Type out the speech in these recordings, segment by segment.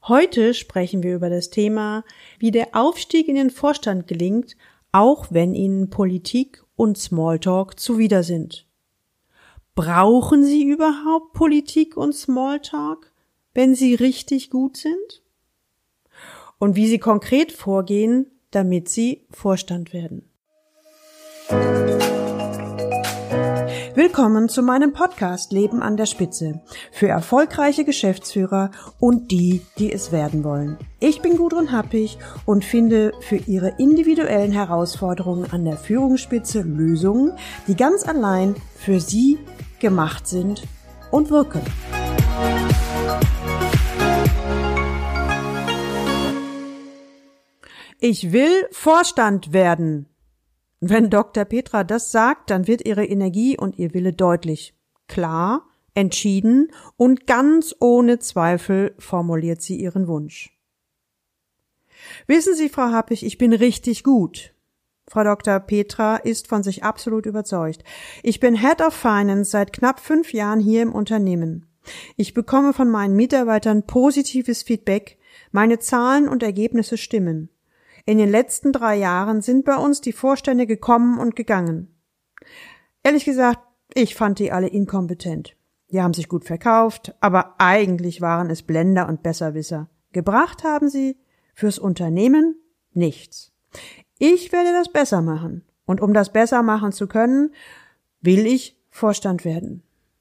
Heute sprechen wir über das Thema, wie der Aufstieg in den Vorstand gelingt, auch wenn Ihnen Politik und Smalltalk zuwider sind. Brauchen Sie überhaupt Politik und Smalltalk, wenn Sie richtig gut sind? Und wie Sie konkret vorgehen, damit Sie Vorstand werden. Willkommen zu meinem Podcast Leben an der Spitze für erfolgreiche Geschäftsführer und die, die es werden wollen. Ich bin Gudrun Happig und finde für Ihre individuellen Herausforderungen an der Führungsspitze Lösungen, die ganz allein für Sie gemacht sind und wirken. Ich will Vorstand werden. Wenn Dr. Petra das sagt, dann wird ihre Energie und ihr Wille deutlich. Klar, entschieden und ganz ohne Zweifel formuliert sie ihren Wunsch. Wissen Sie, Frau Happig, ich bin richtig gut. Frau Dr. Petra ist von sich absolut überzeugt. Ich bin Head of Finance seit knapp 5 Jahren hier im Unternehmen. Ich bekomme von meinen Mitarbeitern positives Feedback, meine Zahlen und Ergebnisse stimmen. In den letzten 3 Jahren sind bei uns die Vorstände gekommen und gegangen. Ehrlich gesagt, ich fand die alle inkompetent. Die haben sich gut verkauft, aber eigentlich waren es Blender und Besserwisser. Gebracht haben sie fürs Unternehmen nichts. Ich werde das besser machen. Und um das besser machen zu können, will ich Vorstand werden.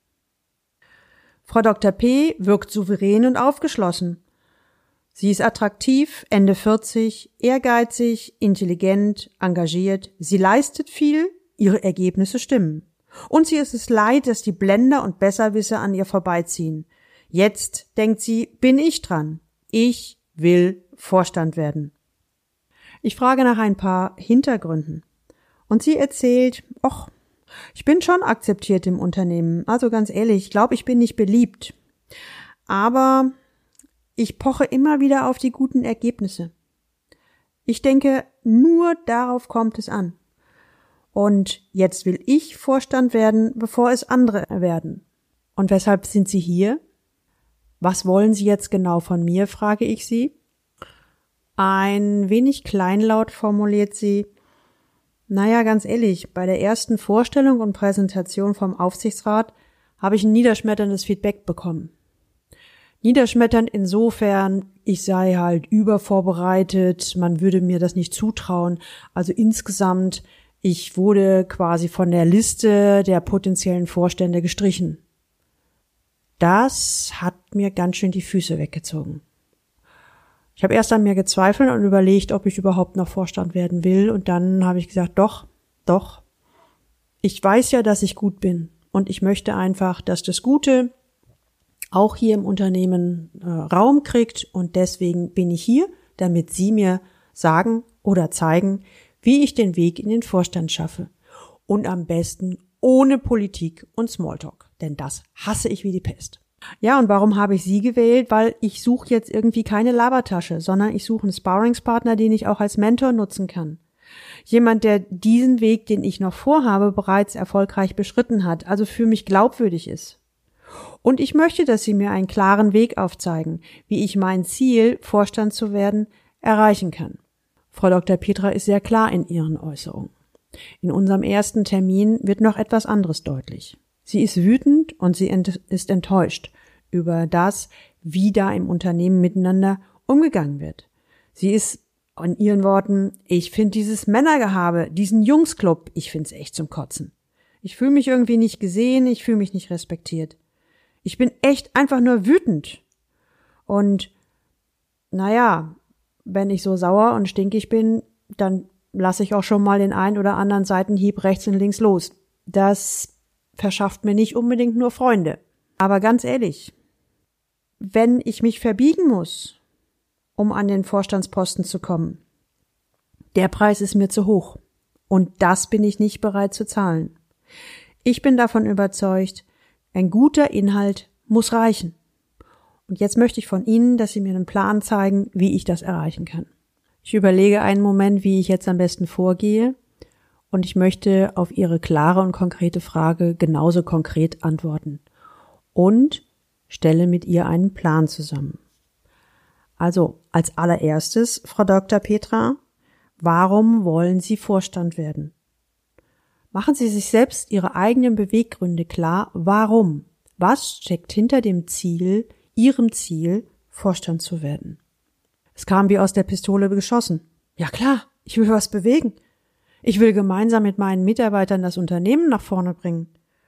Frau Dr. P. wirkt souverän und aufgeschlossen. Sie ist attraktiv, Ende 40, ehrgeizig, intelligent, engagiert. Sie leistet viel, ihre Ergebnisse stimmen. Und sie ist es leid, dass die Blender und Besserwisser an ihr vorbeiziehen. Jetzt, denkt sie, bin ich dran. Ich will Vorstand werden. Ich frage nach ein paar Hintergründen. Und sie erzählt, ich bin schon akzeptiert im Unternehmen. Also ganz ehrlich, ich glaube, ich bin nicht beliebt. Aber ich poche immer wieder auf die guten Ergebnisse. Ich denke, nur darauf kommt es an. Und jetzt will ich Vorstand werden, bevor es andere werden. Und weshalb sind Sie hier? Was wollen Sie jetzt genau von mir, frage ich sie. Ein wenig kleinlaut formuliert sie, ganz ehrlich, bei der ersten Vorstellung und Präsentation vom Aufsichtsrat habe ich ein niederschmetterndes Feedback bekommen. Niederschmetternd insofern, ich sei halt übervorbereitet, man würde mir das nicht zutrauen. Also insgesamt, ich wurde quasi von der Liste der potenziellen Vorstände gestrichen. Das hat mir ganz schön die Füße weggezogen. Ich habe erst an mir gezweifelt und überlegt, ob ich überhaupt noch Vorstand werden will. Und dann habe ich gesagt, doch. Ich weiß ja, dass ich gut bin. Und ich möchte einfach, dass das Gute auch hier im Unternehmen Raum kriegt. Und deswegen bin ich hier, damit Sie mir sagen oder zeigen, wie ich den Weg in den Vorstand schaffe. Und am besten ohne Politik und Smalltalk. Denn das hasse ich wie die Pest. Ja, und warum habe ich Sie gewählt? Weil ich suche jetzt irgendwie keine Labertasche, sondern ich suche einen Sparringspartner, den ich auch als Mentor nutzen kann. Jemand, der diesen Weg, den ich noch vorhabe, bereits erfolgreich beschritten hat, also für mich glaubwürdig ist. Und ich möchte, dass Sie mir einen klaren Weg aufzeigen, wie ich mein Ziel, Vorstand zu werden, erreichen kann. Frau Dr. Petra ist sehr klar in ihren Äußerungen. In unserem ersten Termin wird noch etwas anderes deutlich. Sie ist wütend und sie ist enttäuscht über das, wie da im Unternehmen miteinander umgegangen wird. Sie ist in ihren Worten, ich finde dieses Männergehabe, diesen Jungsclub, ich finde es echt zum Kotzen. Ich fühle mich irgendwie nicht gesehen, ich fühle mich nicht respektiert. Ich bin echt einfach nur wütend. Und wenn ich so sauer und stinkig bin, dann lasse ich auch schon mal den einen oder anderen Seitenhieb rechts und links los. Das verschafft mir nicht unbedingt nur Freunde. Aber ganz ehrlich, wenn ich mich verbiegen muss, um an den Vorstandsposten zu kommen, der Preis ist mir zu hoch. Und das bin ich nicht bereit zu zahlen. Ich bin davon überzeugt, ein guter Inhalt muss reichen. Und jetzt möchte ich von Ihnen, dass Sie mir einen Plan zeigen, wie ich das erreichen kann. Ich überlege einen Moment, wie ich jetzt am besten vorgehe, und ich möchte auf Ihre klare und konkrete Frage genauso konkret antworten und stelle mit ihr einen Plan zusammen. Also als allererstes, Frau Dr. Petra, warum wollen Sie Vorstand werden? Machen Sie sich selbst Ihre eigenen Beweggründe klar. Warum? Was steckt hinter dem Ziel, Ihrem Ziel, Vorstand zu werden? Es kam wie aus der Pistole geschossen. Ja klar, ich will was bewegen. Ich will gemeinsam mit meinen Mitarbeitern das Unternehmen nach vorne bringen.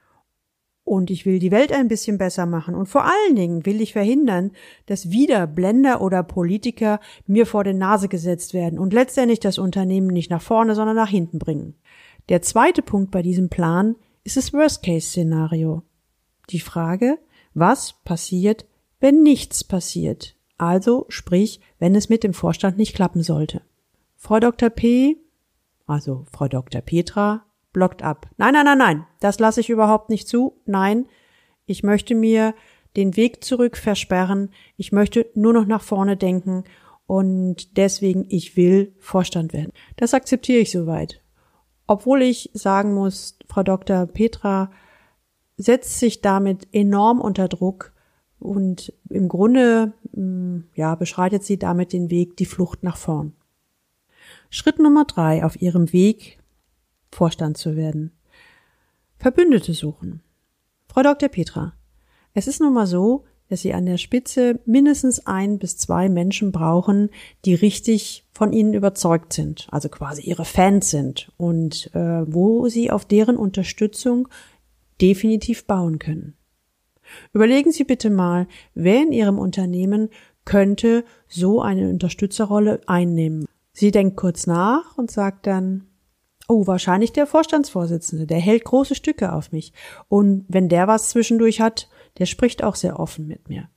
Und ich will die Welt ein bisschen besser machen. Und vor allen Dingen will ich verhindern, dass wieder Blender oder Politiker mir vor die Nase gesetzt werden und letztendlich das Unternehmen nicht nach vorne, sondern nach hinten bringen. Der zweite Punkt bei diesem Plan ist das Worst-Case-Szenario. Die Frage, was passiert, wenn nichts passiert? Also sprich, wenn es mit dem Vorstand nicht klappen sollte. Frau Dr. P., also Frau Dr. Petra, blockt ab. Nein, das lasse ich überhaupt nicht zu. Nein, ich möchte mir den Weg zurück versperren. Ich möchte nur noch nach vorne denken und deswegen, ich will Vorstand werden. Das akzeptiere ich soweit. Obwohl ich sagen muss, Frau Dr. Petra setzt sich damit enorm unter Druck und im Grunde beschreitet sie damit den Weg, die Flucht nach vorn. Schritt Nummer 3 auf ihrem Weg, Vorstand zu werden. Verbündete suchen. Frau Dr. Petra, es ist nun mal so, dass Sie an der Spitze mindestens 1 bis 2 Menschen brauchen, die richtig von Ihnen überzeugt sind, also quasi Ihre Fans sind und wo Sie auf deren Unterstützung definitiv bauen können. Überlegen Sie bitte mal, wer in Ihrem Unternehmen könnte so eine Unterstützerrolle einnehmen. Sie denkt kurz nach und sagt dann, oh, wahrscheinlich der Vorstandsvorsitzende, der hält große Stücke auf mich. Und wenn der was zwischendurch hat, der spricht auch sehr offen mit mir.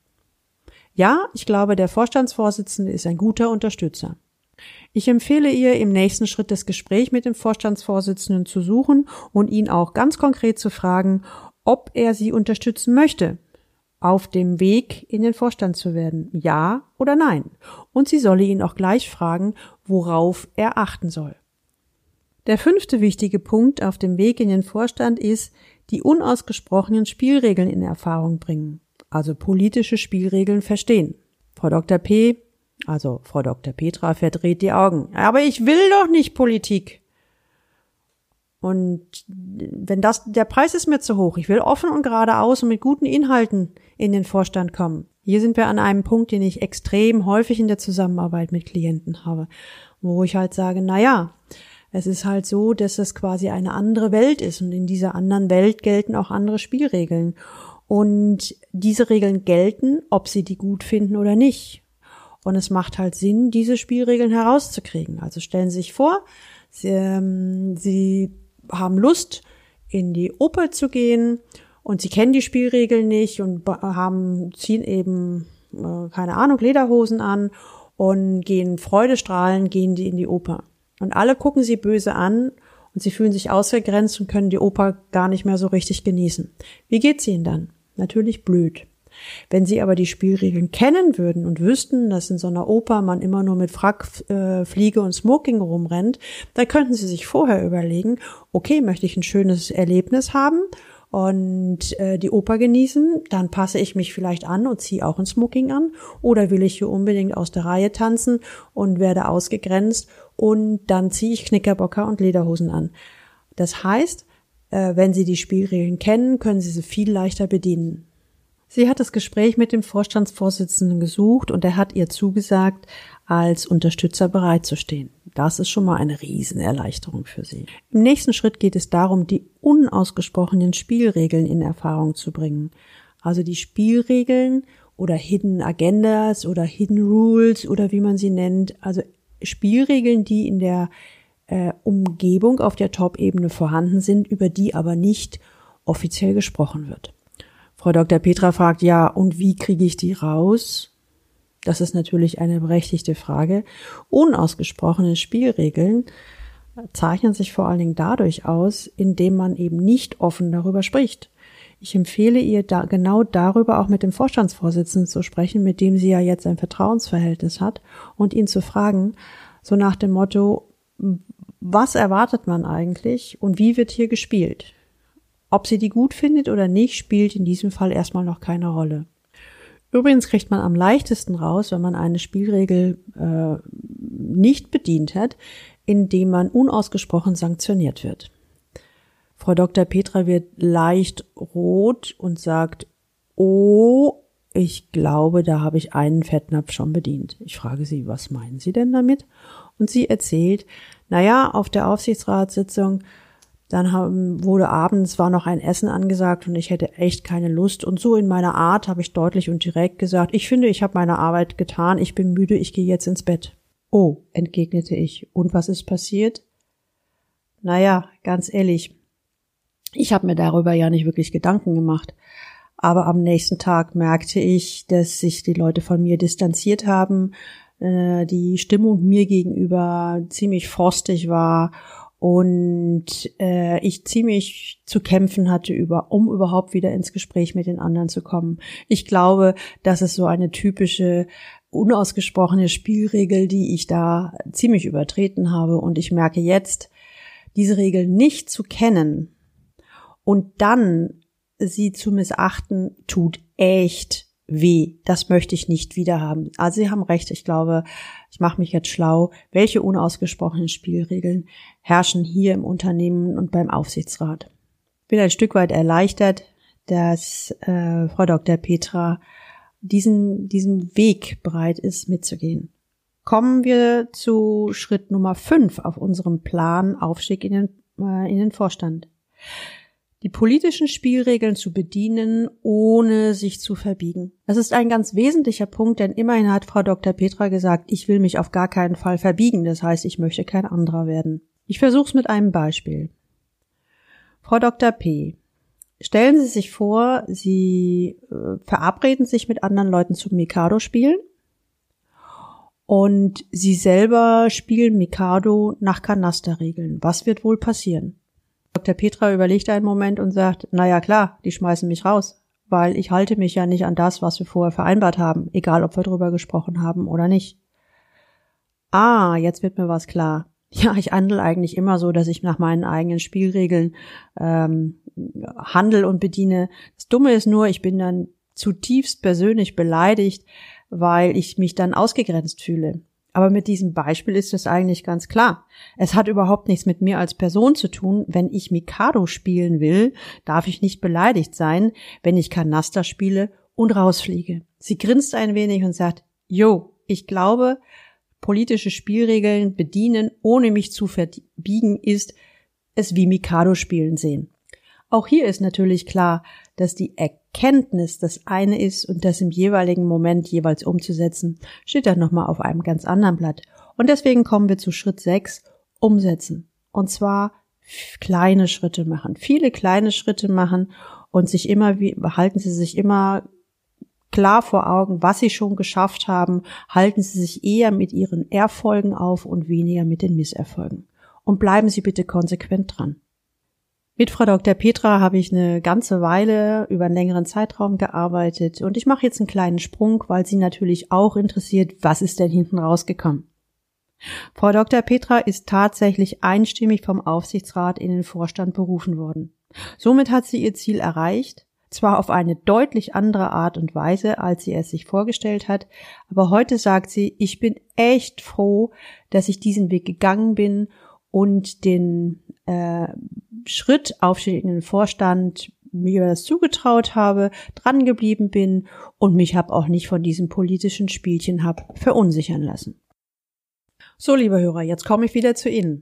Ja, ich glaube, der Vorstandsvorsitzende ist ein guter Unterstützer. Ich empfehle ihr, im nächsten Schritt das Gespräch mit dem Vorstandsvorsitzenden zu suchen und ihn auch ganz konkret zu fragen, ob er sie unterstützen möchte, auf dem Weg in den Vorstand zu werden, ja oder nein. Und sie solle ihn auch gleich fragen, worauf er achten soll. Der 5. wichtige Punkt auf dem Weg in den Vorstand ist, die unausgesprochenen Spielregeln in Erfahrung bringen, also politische Spielregeln verstehen. Frau Dr. P., also Frau Dr. Petra, verdreht die Augen. Aber ich will doch nicht Politik. Und wenn der Preis ist mir zu hoch, ich will offen und geradeaus und mit guten Inhalten in den Vorstand kommen. Hier sind wir an einem Punkt, den ich extrem häufig in der Zusammenarbeit mit Klienten habe, wo ich halt sage, es ist halt so, dass es quasi eine andere Welt ist und in dieser anderen Welt gelten auch andere Spielregeln. Und diese Regeln gelten, ob sie die gut finden oder nicht. Und es macht halt Sinn, diese Spielregeln herauszukriegen. Also stellen Sie sich vor, Sie haben Lust, in die Oper zu gehen und Sie kennen die Spielregeln nicht und ziehen eben, Lederhosen an und gehen freudestrahlend, gehen die in die Oper. Und alle gucken Sie böse an und Sie fühlen sich ausgegrenzt und können die Oper gar nicht mehr so richtig genießen. Wie geht's Ihnen dann? Natürlich blöd. Wenn Sie aber die Spielregeln kennen würden und wüssten, dass in so einer Oper man immer nur mit Frack, Fliege und Smoking rumrennt, dann könnten Sie sich vorher überlegen, okay, möchte ich ein schönes Erlebnis haben und die Oper genießen, dann passe ich mich vielleicht an und ziehe auch ein Smoking an, oder will ich hier unbedingt aus der Reihe tanzen und werde ausgegrenzt und dann ziehe ich Knickerbocker und Lederhosen an. Das heißt, wenn Sie die Spielregeln kennen, können Sie sie viel leichter bedienen. Sie hat das Gespräch mit dem Vorstandsvorsitzenden gesucht und er hat ihr zugesagt, als Unterstützer bereitzustehen. Das ist schon mal eine Riesenerleichterung für sie. Im nächsten Schritt geht es darum, die unausgesprochenen Spielregeln in Erfahrung zu bringen. Also die Spielregeln oder Hidden Agendas oder Hidden Rules oder wie man sie nennt. Also Spielregeln, die in der Umgebung auf der Top-Ebene vorhanden sind, über die aber nicht offiziell gesprochen wird. Frau Dr. Petra fragt, ja, und wie kriege ich die raus? Das ist natürlich eine berechtigte Frage. Unausgesprochene Spielregeln zeichnen sich vor allen Dingen dadurch aus, indem man eben nicht offen darüber spricht. Ich empfehle ihr, genau darüber auch mit dem Vorstandsvorsitzenden zu sprechen, mit dem sie ja jetzt ein Vertrauensverhältnis hat, und ihn zu fragen, so nach dem Motto, was erwartet man eigentlich und wie wird hier gespielt? Ob sie die gut findet oder nicht, spielt in diesem Fall erstmal noch keine Rolle. Übrigens kriegt man am leichtesten raus, wenn man eine Spielregel nicht bedient hat, indem man unausgesprochen sanktioniert wird. Frau Dr. Petra wird leicht rot und sagt, oh, ich glaube, da habe ich einen Fettnapf schon bedient. Ich frage sie, was meinen Sie denn damit? Und sie erzählt, auf der Aufsichtsratssitzung, dann wurde abends, war noch ein Essen angesagt und ich hätte echt keine Lust. Und so in meiner Art habe ich deutlich und direkt gesagt, ich finde, ich habe meine Arbeit getan, ich bin müde, ich gehe jetzt ins Bett. Oh, entgegnete ich. Und was ist passiert? Ganz ehrlich, ich habe mir darüber ja nicht wirklich Gedanken gemacht. Aber am nächsten Tag merkte ich, dass sich die Leute von mir distanziert haben, die Stimmung mir gegenüber ziemlich frostig war und ich ziemlich zu kämpfen hatte, um überhaupt wieder ins Gespräch mit den anderen zu kommen. Ich glaube, das ist so eine typische, unausgesprochene Spielregel, die ich da ziemlich übertreten habe. Und ich merke jetzt, diese Regel nicht zu kennen und dann sie zu missachten, tut echt weh. Das möchte ich nicht wieder haben. Also Sie haben recht, ich glaube, ich mache mich jetzt schlau. Welche unausgesprochenen Spielregeln herrschen hier im Unternehmen und beim Aufsichtsrat? Bin ein Stück weit erleichtert, dass Frau Dr. Petra diesen Weg bereit ist, mitzugehen. Kommen wir zu Schritt Nummer 5 auf unserem Plan Aufstieg in den Vorstand. Die politischen Spielregeln zu bedienen, ohne sich zu verbiegen. Das ist ein ganz wesentlicher Punkt, denn immerhin hat Frau Dr. Petra gesagt, ich will mich auf gar keinen Fall verbiegen, das heißt, ich möchte kein anderer werden. Ich versuche es mit einem Beispiel. Frau Dr. P., stellen Sie sich vor, Sie verabreden sich mit anderen Leuten zum Mikado-Spielen und Sie selber spielen Mikado nach Kanasterregeln. Was wird wohl passieren? Dr. Petra überlegt einen Moment und sagt, klar, die schmeißen mich raus, weil ich halte mich ja nicht an das, was wir vorher vereinbart haben, egal ob wir drüber gesprochen haben oder nicht. Jetzt wird mir was klar. Ja, ich handle eigentlich immer so, dass ich nach meinen eigenen Spielregeln handle und bediene. Das Dumme ist nur, ich bin dann zutiefst persönlich beleidigt, weil ich mich dann ausgegrenzt fühle. Aber mit diesem Beispiel ist es eigentlich ganz klar. Es hat überhaupt nichts mit mir als Person zu tun. Wenn ich Mikado spielen will, darf ich nicht beleidigt sein, wenn ich Kanaster spiele und rausfliege. Sie grinst ein wenig und sagt, ich glaube, politische Spielregeln bedienen, ohne mich zu verbiegen, ist es wie Mikado spielen sehen. Auch hier ist natürlich klar, dass die Erkenntnis das eine ist und das im jeweiligen Moment jeweils umzusetzen, steht dann nochmal auf einem ganz anderen Blatt. Und deswegen kommen wir zu Schritt 6, umsetzen. Und zwar kleine Schritte machen, viele kleine Schritte machen und behalten Sie sich immer klar vor Augen, was Sie schon geschafft haben, halten Sie sich eher mit Ihren Erfolgen auf und weniger mit den Misserfolgen. Und bleiben Sie bitte konsequent dran. Mit Frau Dr. Petra habe ich eine ganze Weile über einen längeren Zeitraum gearbeitet und ich mache jetzt einen kleinen Sprung, weil Sie natürlich auch interessiert, was ist denn hinten rausgekommen. Frau Dr. Petra ist tatsächlich einstimmig vom Aufsichtsrat in den Vorstand berufen worden. Somit hat sie ihr Ziel erreicht, zwar auf eine deutlich andere Art und Weise, als sie es sich vorgestellt hat, aber heute sagt sie, ich bin echt froh, dass ich diesen Weg gegangen bin und den Schritt Aufstieg in den Vorstand mir das zugetraut habe, dran geblieben bin und mich habe auch nicht von diesem politischen Spielchen verunsichern lassen. So, liebe Hörer, jetzt komme ich wieder zu Ihnen.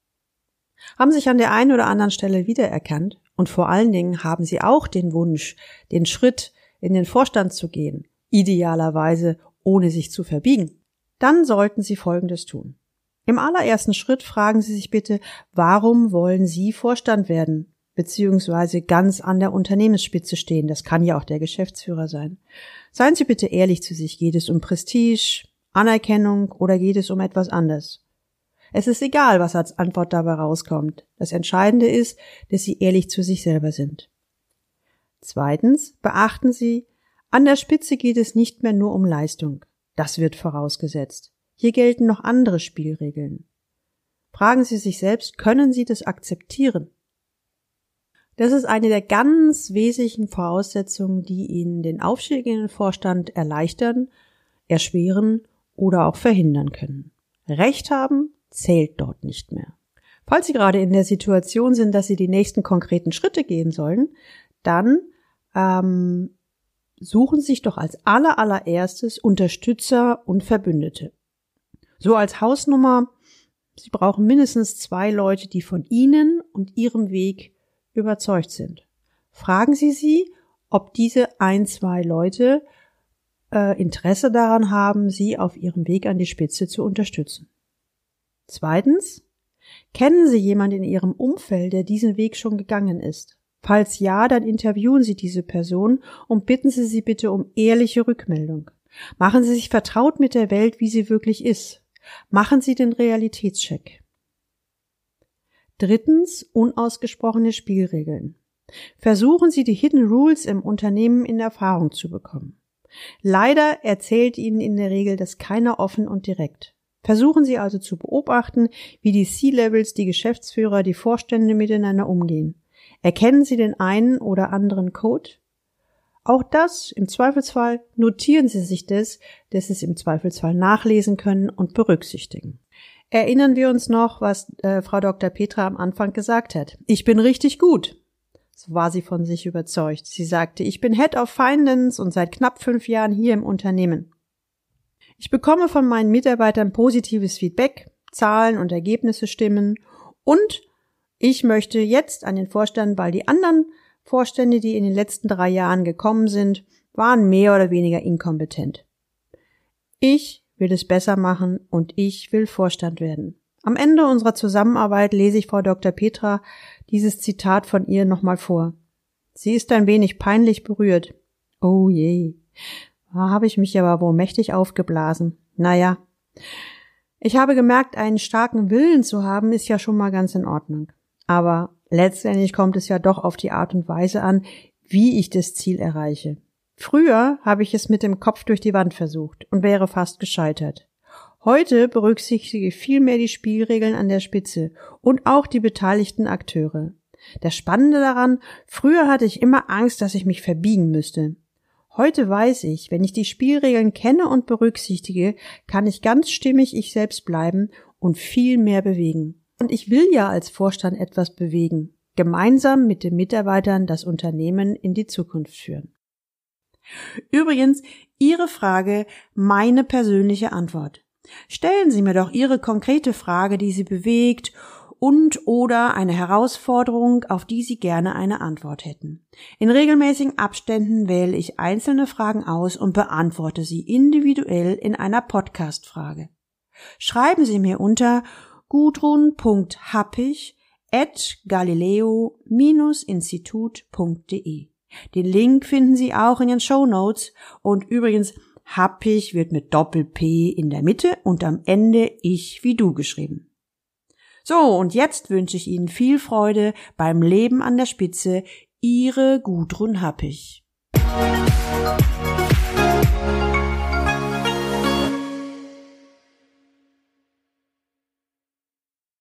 Haben sich an der einen oder anderen Stelle wiedererkannt und vor allen Dingen haben Sie auch den Wunsch, den Schritt in den Vorstand zu gehen, idealerweise ohne sich zu verbiegen, dann sollten Sie Folgendes tun. Im allerersten Schritt fragen Sie sich bitte, warum wollen Sie Vorstand werden, beziehungsweise ganz an der Unternehmensspitze stehen. Das kann ja auch der Geschäftsführer sein. Seien Sie bitte ehrlich zu sich. Geht es um Prestige, Anerkennung oder geht es um etwas anderes? Es ist egal, was als Antwort dabei rauskommt. Das Entscheidende ist, dass Sie ehrlich zu sich selber sind. Zweitens, beachten Sie, an der Spitze geht es nicht mehr nur um Leistung. Das wird vorausgesetzt. Hier gelten noch andere Spielregeln. Fragen Sie sich selbst, können Sie das akzeptieren? Das ist eine der ganz wesentlichen Voraussetzungen, die Ihnen den Aufstieg in den Vorstand erleichtern, erschweren oder auch verhindern können. Recht haben zählt dort nicht mehr. Falls Sie gerade in der Situation sind, dass Sie die nächsten konkreten Schritte gehen sollen, dann suchen Sie sich doch als allererstes Unterstützer und Verbündete. So als Hausnummer, Sie brauchen mindestens 2 Leute, die von Ihnen und Ihrem Weg überzeugt sind. Fragen Sie sie, ob diese 1-2 Leute Interesse daran haben, Sie auf Ihrem Weg an die Spitze zu unterstützen. Zweitens, kennen Sie jemanden in Ihrem Umfeld, der diesen Weg schon gegangen ist? Falls ja, dann interviewen Sie diese Person und bitten Sie sie bitte um ehrliche Rückmeldung. Machen Sie sich vertraut mit der Welt, wie sie wirklich ist. Machen Sie den Realitätscheck. Drittens, unausgesprochene Spielregeln. Versuchen Sie die Hidden Rules im Unternehmen in Erfahrung zu bekommen. Leider erzählt Ihnen in der Regel das keiner offen und direkt. Versuchen Sie also zu beobachten, wie die C-Levels, die Geschäftsführer, die Vorstände miteinander umgehen. Erkennen Sie den einen oder anderen Code? Auch das, im Zweifelsfall, notieren Sie sich das, dass Sie es im Zweifelsfall nachlesen können und berücksichtigen. Erinnern wir uns noch, was Frau Dr. Petra am Anfang gesagt hat. Ich bin richtig gut. So war sie von sich überzeugt. Sie sagte, ich bin Head of Finance und seit knapp 5 Jahren hier im Unternehmen. Ich bekomme von meinen Mitarbeitern positives Feedback, Zahlen und Ergebnisse stimmen und ich möchte jetzt an den Vorstand, weil die anderen Vorstände, die in den letzten 3 Jahren gekommen sind, waren mehr oder weniger inkompetent. Ich will es besser machen und ich will Vorstand werden. Am Ende unserer Zusammenarbeit lese ich Frau Dr. Petra dieses Zitat von ihr nochmal vor. Sie ist ein wenig peinlich berührt. Oh je, da habe ich mich aber wohl mächtig aufgeblasen. Naja, ich habe gemerkt, einen starken Willen zu haben, ist ja schon mal ganz in Ordnung. Aber letztendlich kommt es ja doch auf die Art und Weise an, wie ich das Ziel erreiche. Früher habe ich es mit dem Kopf durch die Wand versucht und wäre fast gescheitert. Heute berücksichtige ich viel mehr die Spielregeln an der Spitze und auch die beteiligten Akteure. Das Spannende daran, früher hatte ich immer Angst, dass ich mich verbiegen müsste. Heute weiß ich, wenn ich die Spielregeln kenne und berücksichtige, kann ich ganz stimmig ich selbst bleiben und viel mehr bewegen. Und ich will ja als Vorstand etwas bewegen, gemeinsam mit den Mitarbeitern das Unternehmen in die Zukunft führen. Übrigens, Ihre Frage, meine persönliche Antwort. Stellen Sie mir doch Ihre konkrete Frage, die Sie bewegt und/oder eine Herausforderung, auf die Sie gerne eine Antwort hätten. In regelmäßigen Abständen wähle ich einzelne Fragen aus und beantworte sie individuell in einer Podcast-Frage. Schreiben Sie mir unter gudrun.happig@galileo-institut.de. Den Link finden Sie auch in den Shownotes und übrigens Happig wird mit Doppel-P in der Mitte und am Ende ich wie du geschrieben. So, und jetzt wünsche ich Ihnen viel Freude beim Leben an der Spitze. Ihre Gudrun Happig.